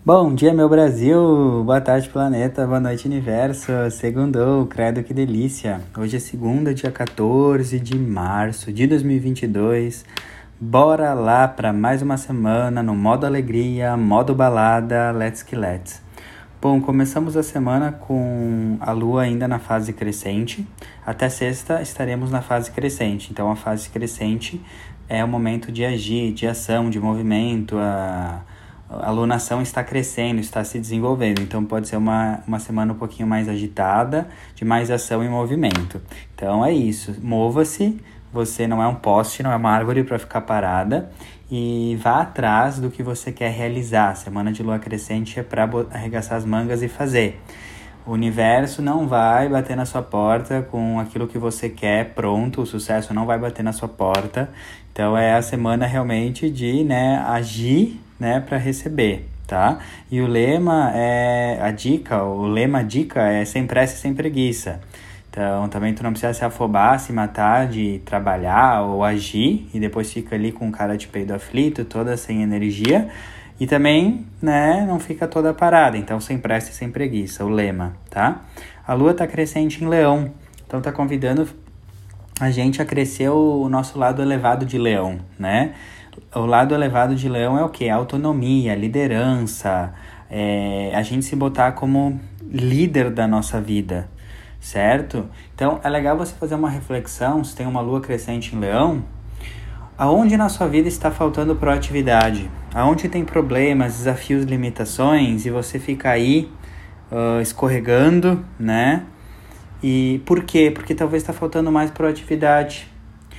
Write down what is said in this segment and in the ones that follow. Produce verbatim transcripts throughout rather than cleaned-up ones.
Bom dia, meu Brasil! Boa tarde, planeta! Boa noite, universo! Segundou, credo que delícia! Hoje é segunda, dia quatorze de março de dois mil e vinte e dois. Bora lá para mais uma semana no modo alegria, modo balada, let's que let's! Bom, começamos a semana com a lua ainda na fase crescente. Até sexta estaremos na fase crescente. Então, a fase crescente é o momento de agir, de ação, de movimento. A, a lunação está crescendo, está se desenvolvendo. Então, pode ser uma, uma semana um pouquinho mais agitada, de mais ação e movimento. Então, é isso. Mova-se. Você não é um poste, não é uma árvore para ficar parada. E vá atrás do que você quer realizar. Semana de lua crescente é para arregaçar as mangas e fazer. O universo não vai bater na sua porta com aquilo que você quer pronto. O sucesso não vai bater na sua porta. Então é a semana realmente de, né, agir, né, para receber, tá? E o lema é a dica, o lema dica é sem pressa e sem preguiça. Então, também tu não precisa se afobar, se matar de trabalhar ou agir e depois fica ali com cara de peido aflito, toda sem energia. E também, né, não fica toda parada. Então, sem pressa e sem preguiça, o lema, tá? A lua tá crescente em leão. Então, tá convidando a gente a crescer o nosso lado elevado de leão, né? O lado elevado de leão é o quê? Autonomia, liderança, é, a gente se botar como líder da nossa vida. Certo? Então, é legal você fazer uma reflexão, se tem uma lua crescente em leão, aonde na sua vida está faltando proatividade? Aonde tem problemas, desafios, limitações e você fica aí uh, escorregando, né? E por quê? Porque talvez está faltando mais proatividade.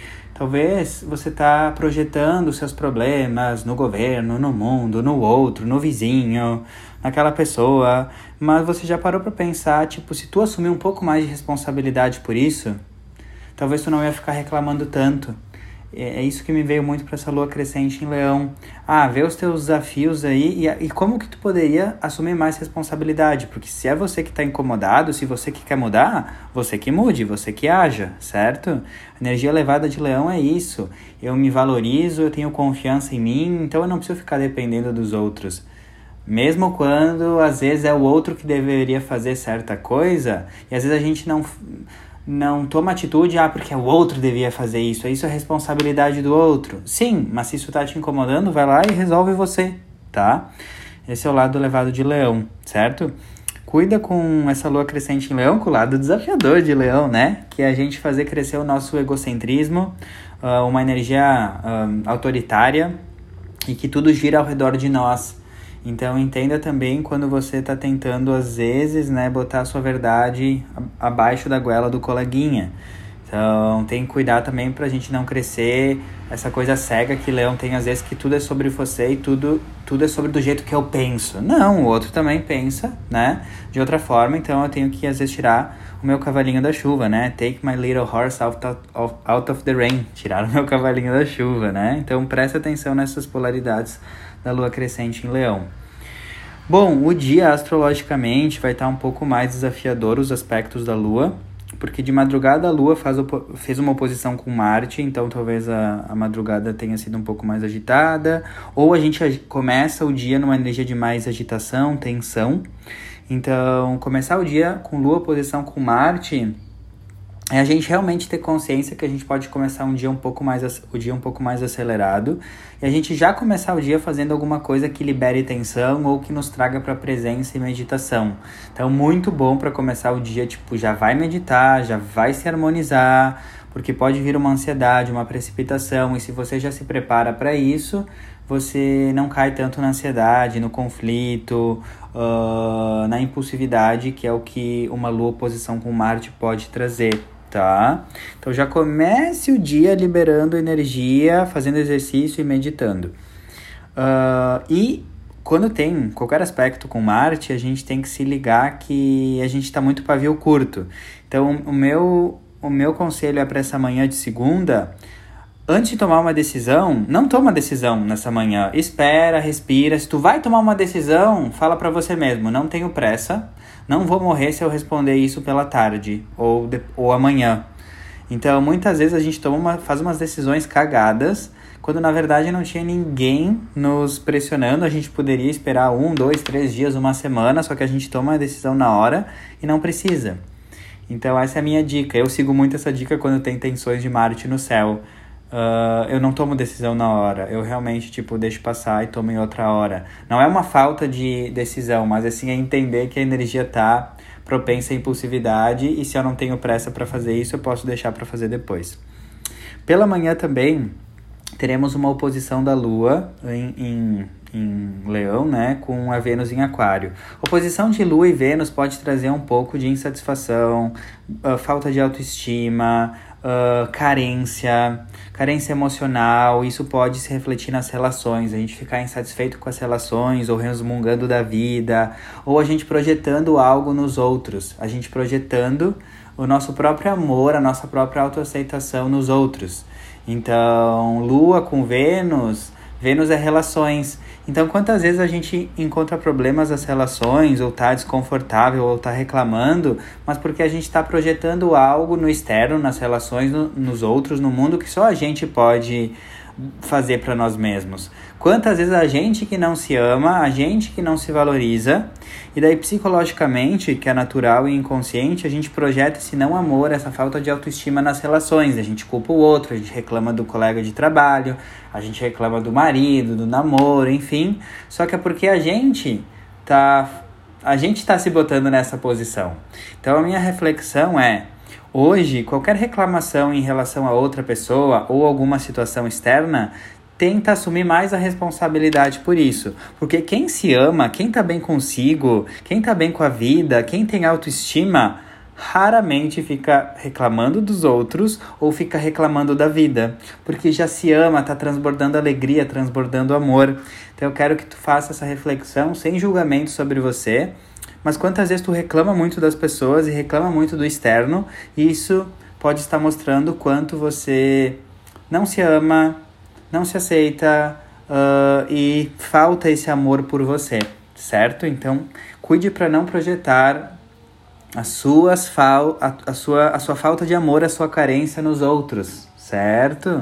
Talvez você está projetando seus problemas no governo, no mundo, no outro, no vizinho, naquela pessoa, mas você já parou para pensar, tipo, se tu assumir um pouco mais de responsabilidade por isso, talvez tu não ia ficar reclamando tanto. É isso que me veio muito para essa lua crescente em leão. Ah, vê os teus desafios aí e, e como que tu poderia assumir mais responsabilidade, porque se é você que está incomodado, se você que quer mudar, você que mude, você que haja, certo? A energia elevada de leão é isso. Eu me valorizo, eu tenho confiança em mim, então eu não preciso ficar dependendo dos outros. Mesmo quando, às vezes, é o outro que deveria fazer certa coisa, e às vezes a gente não, não toma atitude, ah, porque o outro devia fazer isso, isso é responsabilidade do outro. Sim, mas se isso tá te incomodando, vai lá e resolve você, tá? Esse é o lado elevado de leão, certo? Cuida com essa lua crescente em leão, com o lado desafiador de leão, né? Que é a gente fazer crescer o nosso egocentrismo, uh, uma energia uh, autoritária, e que tudo gira ao redor de nós. Então, entenda também quando você está tentando, às vezes, né, botar a sua verdade abaixo da goela do coleguinha. Então, tem que cuidar também para a gente não crescer essa coisa cega que leão tem, às vezes, que tudo é sobre você e tudo, tudo é sobre do jeito que eu penso. Não, o outro também pensa, né, de outra forma. Então, eu tenho que, às vezes, tirar o meu cavalinho da chuva, né? Take my little horse out of, out of the rain. Tirar o meu cavalinho da chuva, né? Então, presta atenção nessas polaridades da lua crescente em leão. Bom, o dia astrologicamente vai estar um pouco mais desafiador os aspectos da lua, porque de madrugada a lua faz, fez uma oposição com Marte, então talvez a, a madrugada tenha sido um pouco mais agitada, ou a gente começa o dia numa energia de mais agitação, tensão. Então, começar o dia com lua oposição com Marte é a gente realmente ter consciência que a gente pode começar um dia um pouco mais, o dia um pouco mais acelerado e a gente já começar o dia fazendo alguma coisa que libere tensão ou que nos traga para presença e meditação. Então, muito bom para começar o dia, tipo, já vai meditar, já vai se harmonizar, porque pode vir uma ansiedade, uma precipitação, e se você já se prepara para isso, você não cai tanto na ansiedade, no conflito, uh, na impulsividade, que é o que uma lua oposição com Marte pode trazer. Tá? Então já comece o dia liberando energia, fazendo exercício e meditando. Uh, e quando tem qualquer aspecto com Marte, a gente tem que se ligar que a gente está muito pavio curto. Então o meu, o meu conselho é para essa manhã de segunda, antes de tomar uma decisão, não toma decisão nessa manhã. Espera, respira. Se tu vai tomar uma decisão, fala para você mesmo, não tenho pressa. Não vou morrer se eu responder isso pela tarde ou, de, ou amanhã. Então, muitas vezes a gente toma uma, faz umas decisões cagadas quando na verdade não tinha ninguém nos pressionando. A gente poderia esperar um, dois, três dias, uma semana, só que a gente toma a decisão na hora e não precisa. Então essa é a minha dica. Eu sigo muito essa dica quando tem tensões de Marte no céu. Uh, eu não tomo decisão na hora, eu realmente, tipo, deixo passar e tomo em outra hora. Não é uma falta de decisão, mas assim, é entender que a energia tá propensa à impulsividade e se eu não tenho pressa para fazer isso, eu posso deixar para fazer depois. Pela manhã também, teremos uma oposição da Lua em, em, em Leão, né, com a Vênus em Aquário. Oposição de Lua e Vênus pode trazer um pouco de insatisfação, uh, falta de autoestima, Uh, carência, carência emocional. Isso pode se refletir nas relações, a gente ficar insatisfeito com as relações, ou resmungando da vida, ou a gente projetando algo nos outros, a gente projetando o nosso próprio amor, a nossa própria autoaceitação nos outros. Então, Lua com Vênus, Vênus é relações. Então, quantas vezes a gente encontra problemas nas relações, ou tá desconfortável, ou tá reclamando, mas porque a gente tá projetando algo no externo, nas relações, no, nos outros, no mundo, que só a gente pode fazer para nós mesmos. Quantas vezes a gente que não se ama, a gente que não se valoriza, e daí psicologicamente, que é natural e inconsciente, a gente projeta esse não amor, essa falta de autoestima nas relações. A gente culpa o outro, a gente reclama do colega de trabalho, a gente reclama do marido, do namoro, enfim. Só que é porque a gente tá, a gente tá se botando nessa posição. Então a minha reflexão é: hoje, qualquer reclamação em relação a outra pessoa ou alguma situação externa, tenta assumir mais a responsabilidade por isso. Porque quem se ama, quem tá bem consigo, quem tá bem com a vida, quem tem autoestima, raramente fica reclamando dos outros ou fica reclamando da vida. Porque já se ama, tá transbordando alegria, transbordando amor. Então eu quero que tu faça essa reflexão sem julgamento sobre você. Mas quantas vezes tu reclama muito das pessoas e reclama muito do externo, e isso pode estar mostrando quanto você não se ama, não se aceita uh, e falta esse amor por você, certo? Então, cuide para não projetar as suas fal- a, a, sua, a sua falta de amor, a sua carência nos outros, certo?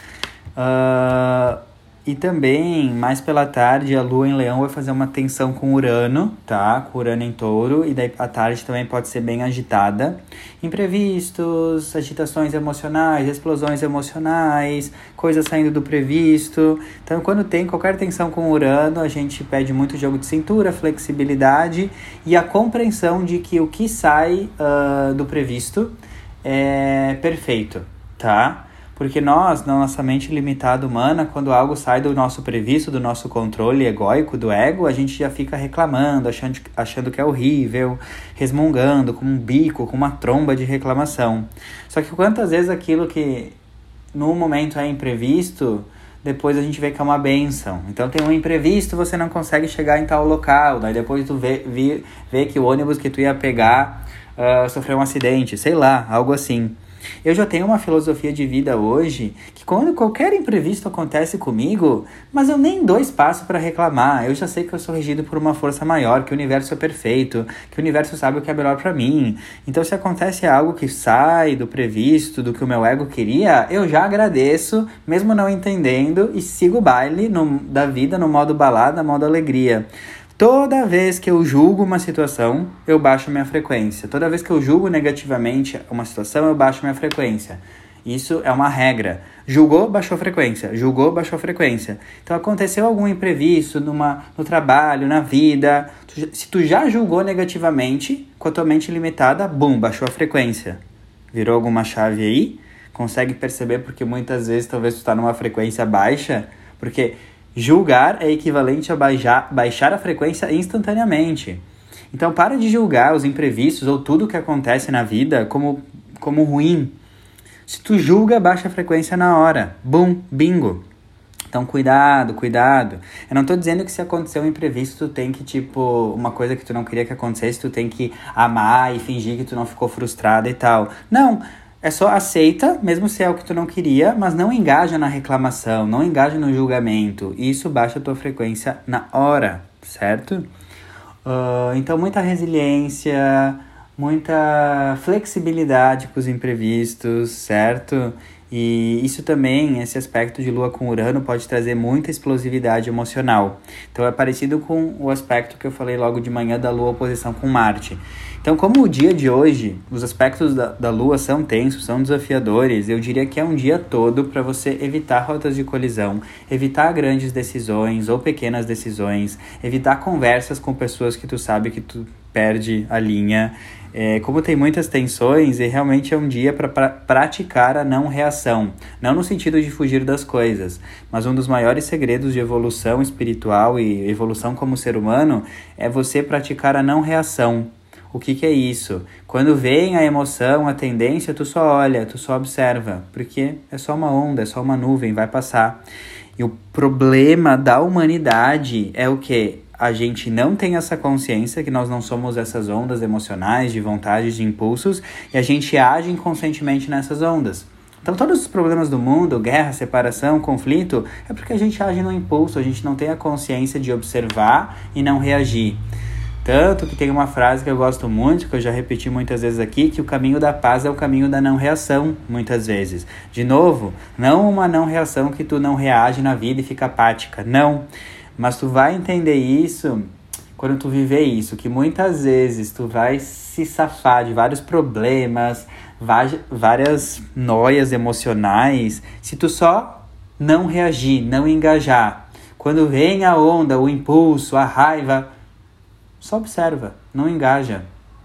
Uh, E também, mais pela tarde, a Lua em Leão vai fazer uma tensão com Urano, tá? Com Urano em Touro. E daí a tarde também pode ser bem agitada. Imprevistos, agitações emocionais, explosões emocionais, coisas saindo do previsto. Então, quando tem qualquer tensão com Urano, a gente pede muito jogo de cintura, flexibilidade e a compreensão de que o que sai uh, do previsto é perfeito, tá? Porque nós, na nossa mente limitada humana, quando algo sai do nosso previsto, do nosso controle egóico, do ego, a gente já fica reclamando, achando, achando que é horrível, resmungando, com um bico, com uma tromba de reclamação. Só que quantas vezes aquilo que no momento é imprevisto, depois a gente vê que é uma bênção. Então tem um imprevisto, você não consegue chegar em tal local, daí depois tu vê, vê, vê que o ônibus que tu ia pegar uh, sofreu um acidente, sei lá, algo assim. Eu já tenho uma filosofia de vida hoje que quando qualquer imprevisto acontece comigo, mas eu nem dou espaço para reclamar. Eu já sei que eu sou regido por uma força maior, que o universo é perfeito, que o universo sabe o que é melhor para mim. Então se acontece algo que sai do previsto, do que o meu ego queria, eu já agradeço, mesmo não entendendo, e sigo o baile no, da vida no modo balada, modo alegria. Toda vez que eu julgo uma situação, eu baixo minha frequência. Toda vez que eu julgo negativamente uma situação, eu baixo minha frequência. Isso é uma regra. Julgou, baixou a frequência. Julgou, baixou a frequência. Então, aconteceu algum imprevisto numa, no trabalho, na vida. Tu, se tu já julgou negativamente, com a tua mente limitada, bum, baixou a frequência. Virou alguma chave aí? Consegue perceber porque muitas vezes talvez tu tá numa frequência baixa? Porque julgar é equivalente a baixar, baixar a frequência instantaneamente. Então, para de julgar os imprevistos ou tudo que acontece na vida como, como ruim. Se tu julga, baixa a frequência na hora. Bum, bingo. Então, cuidado, cuidado. Eu não tô dizendo que se acontecer um imprevisto, tu tem que, tipo, uma coisa que tu não queria que acontecesse, tu tem que amar e fingir que tu não ficou frustrada e tal. Não. É só aceita, mesmo se é o que tu não queria, mas não engaja na reclamação, não engaja no julgamento. Isso baixa a tua frequência na hora, certo? Uh, então, muita resiliência, muita flexibilidade com os imprevistos, certo? E isso também, esse aspecto de Lua com Urano pode trazer muita explosividade emocional. Então é parecido com o aspecto que eu falei logo de manhã da Lua oposição com Marte. Então, como o dia de hoje, os aspectos da, da Lua são tensos, são desafiadores, eu diria que é um dia todo para você evitar rotas de colisão, evitar grandes decisões ou pequenas decisões, evitar conversas com pessoas que tu sabe que tu perde a linha. É, como tem muitas tensões, e realmente é um dia para pra, praticar a não reação. Não no sentido de fugir das coisas, mas um dos maiores segredos de evolução espiritual e evolução como ser humano é você praticar a não reação. O que que é isso? Quando vem a emoção, a tendência, tu só olha, tu só observa, porque é só uma onda, é só uma nuvem, vai passar. E o problema da humanidade é o quê? A gente não tem essa consciência que nós não somos essas ondas emocionais, de vontades, de impulsos, e a gente age inconscientemente nessas ondas. Então todos os problemas do mundo, guerra, separação, conflito, é porque a gente age no impulso, a gente não tem a consciência de observar e não reagir. Tanto que tem uma frase que eu gosto muito, que eu já repeti muitas vezes aqui, que o caminho da paz é o caminho da não reação, muitas vezes. De novo, não uma não reação que tu não reage na vida e fica apática, não. Mas tu vai entender isso quando tu viver isso, que muitas vezes tu vai se safar de vários problemas, várias noias emocionais, se tu só não reagir, não engajar. Quando vem a onda, o impulso, a raiva, só observa, não engaja,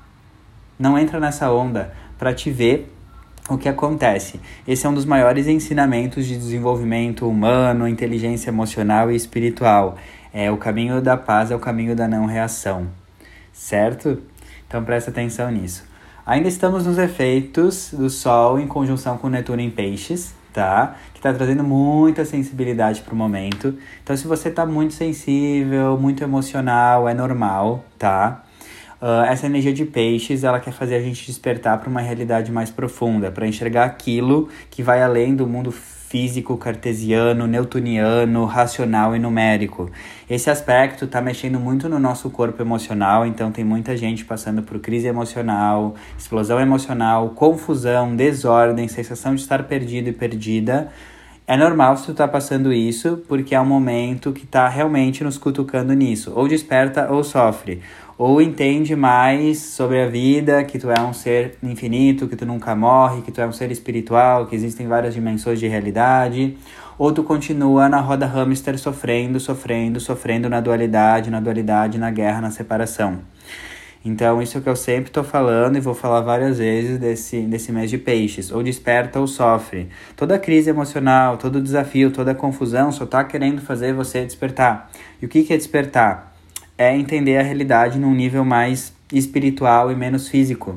não entra nessa onda para te ver o que acontece. Esse é um dos maiores ensinamentos de desenvolvimento humano, inteligência emocional e espiritual. É o caminho da paz, é o caminho da não reação, certo? Então presta atenção nisso. Ainda estamos nos efeitos do Sol em conjunção com Netuno em Peixes, tá? Que tá trazendo muita sensibilidade pro momento. Então, se você tá muito sensível, muito emocional, é normal, tá? Uh, essa energia de Peixes, ela quer fazer a gente despertar para uma realidade mais profunda, para enxergar aquilo que vai além do mundo físico, cartesiano, newtoniano, racional e numérico. Esse aspecto está mexendo muito no nosso corpo emocional, então tem muita gente passando por crise emocional, explosão emocional, confusão, desordem, sensação de estar perdido e perdida. É normal se tu tá passando isso, porque é um momento que tá realmente nos cutucando nisso. Ou desperta ou sofre. Ou entende mais sobre a vida, que tu é um ser infinito, que tu nunca morre, que tu é um ser espiritual, que existem várias dimensões de realidade. Ou tu continua na roda hamster sofrendo, sofrendo, sofrendo na dualidade, na dualidade, na guerra, na separação. Então, isso é o que eu sempre estou falando e vou falar várias vezes desse, desse mês de Peixes. Ou desperta ou sofre. Toda crise emocional, todo desafio, toda confusão só está querendo fazer você despertar. E o que, que é despertar? É entender a realidade num nível mais espiritual e menos físico.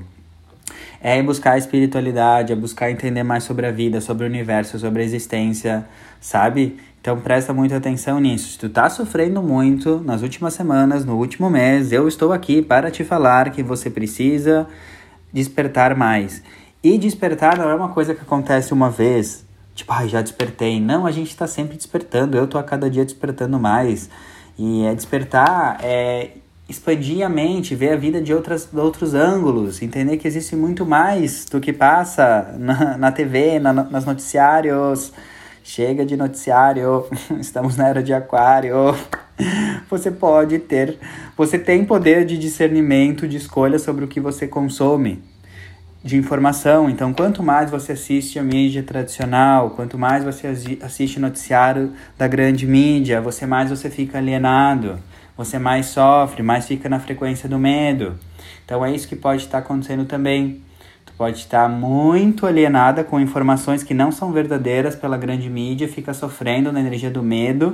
É buscar a espiritualidade, é buscar entender mais sobre a vida, sobre o universo, sobre a existência, sabe? Então presta muita atenção nisso. Se tu tá sofrendo muito nas últimas semanas, no último mês, eu estou aqui para te falar que você precisa despertar mais. E despertar não é uma coisa que acontece uma vez, tipo, ai, ah, já despertei. Não, a gente tá sempre despertando, eu tô a cada dia despertando mais. E é despertar, é expandir a mente, ver a vida de outras, outros ângulos, entender que existe muito mais do que passa na, na T V, na, nas noticiários. Chega de noticiário, estamos na era de aquário. Você pode ter, você tem poder de discernimento, de escolha sobre o que você consome, de informação. Então, quanto mais você assiste a mídia tradicional, quanto mais você assiste noticiário da grande mídia, você mais você fica alienado, você mais sofre, mais fica na frequência do medo. Então, é isso que pode estar acontecendo também. Tu pode estar muito alienada com informações que não são verdadeiras pela grande mídia, fica sofrendo na energia do medo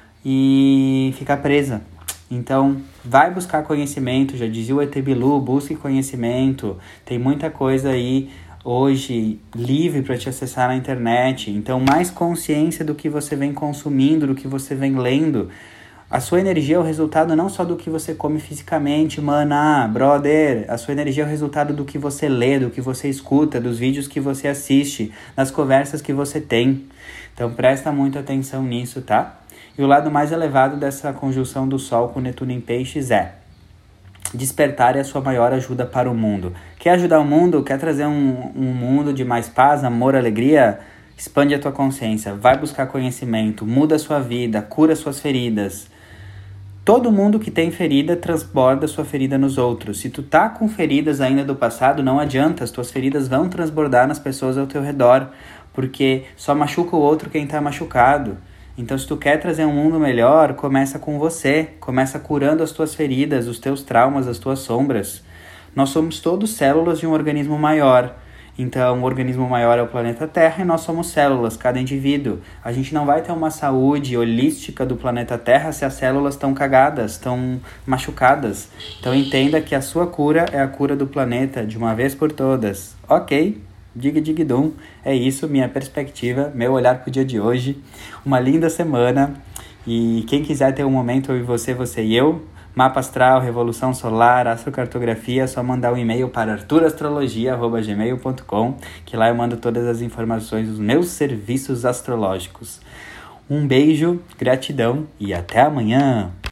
e fica presa. Então, vai buscar conhecimento, já dizia o E T Bilu, busque conhecimento. Tem muita coisa aí hoje livre para te acessar na internet. Então, mais consciência do que você vem consumindo, do que você vem lendo. A sua energia é o resultado não só do que você come fisicamente, mana, brother. A sua energia é o resultado do que você lê, do que você escuta, dos vídeos que você assiste, das conversas que você tem. Então, presta muita atenção nisso, tá? E o lado mais elevado dessa conjunção do Sol com Netuno em Peixes é despertar é a sua maior ajuda para o mundo. Quer ajudar o mundo? Quer trazer um, um mundo de mais paz, amor, alegria? expande a tua consciência, vai buscar conhecimento, muda a sua vida, cura suas feridas. Todo mundo que tem ferida transborda sua ferida nos outros. Se tu tá com feridas ainda do passado, não adianta, as tuas feridas vão transbordar nas pessoas ao teu redor, porque só machuca o outro quem tá machucado. Então, se tu quer trazer um mundo melhor, começa com você, começa curando as tuas feridas, os teus traumas, as tuas sombras. Nós somos todos células de um organismo maior. Então, o organismo maior é o planeta Terra e nós somos células, cada indivíduo. A gente não vai ter uma saúde holística do planeta Terra se as células estão cagadas, estão machucadas. Então, entenda que a sua cura é a cura do planeta, de uma vez por todas. Ok? Dig, dig, dum. É isso, minha perspectiva, meu olhar pro dia de hoje. Uma linda semana. E quem quiser ter um momento, eu e você, você e eu... Mapa astral, revolução solar, astrocartografia, é só mandar um e-mail para arthur astrologia arroba gmail ponto com, que lá eu mando todas as informações dos meus serviços astrológicos. Um beijo, gratidão e até amanhã!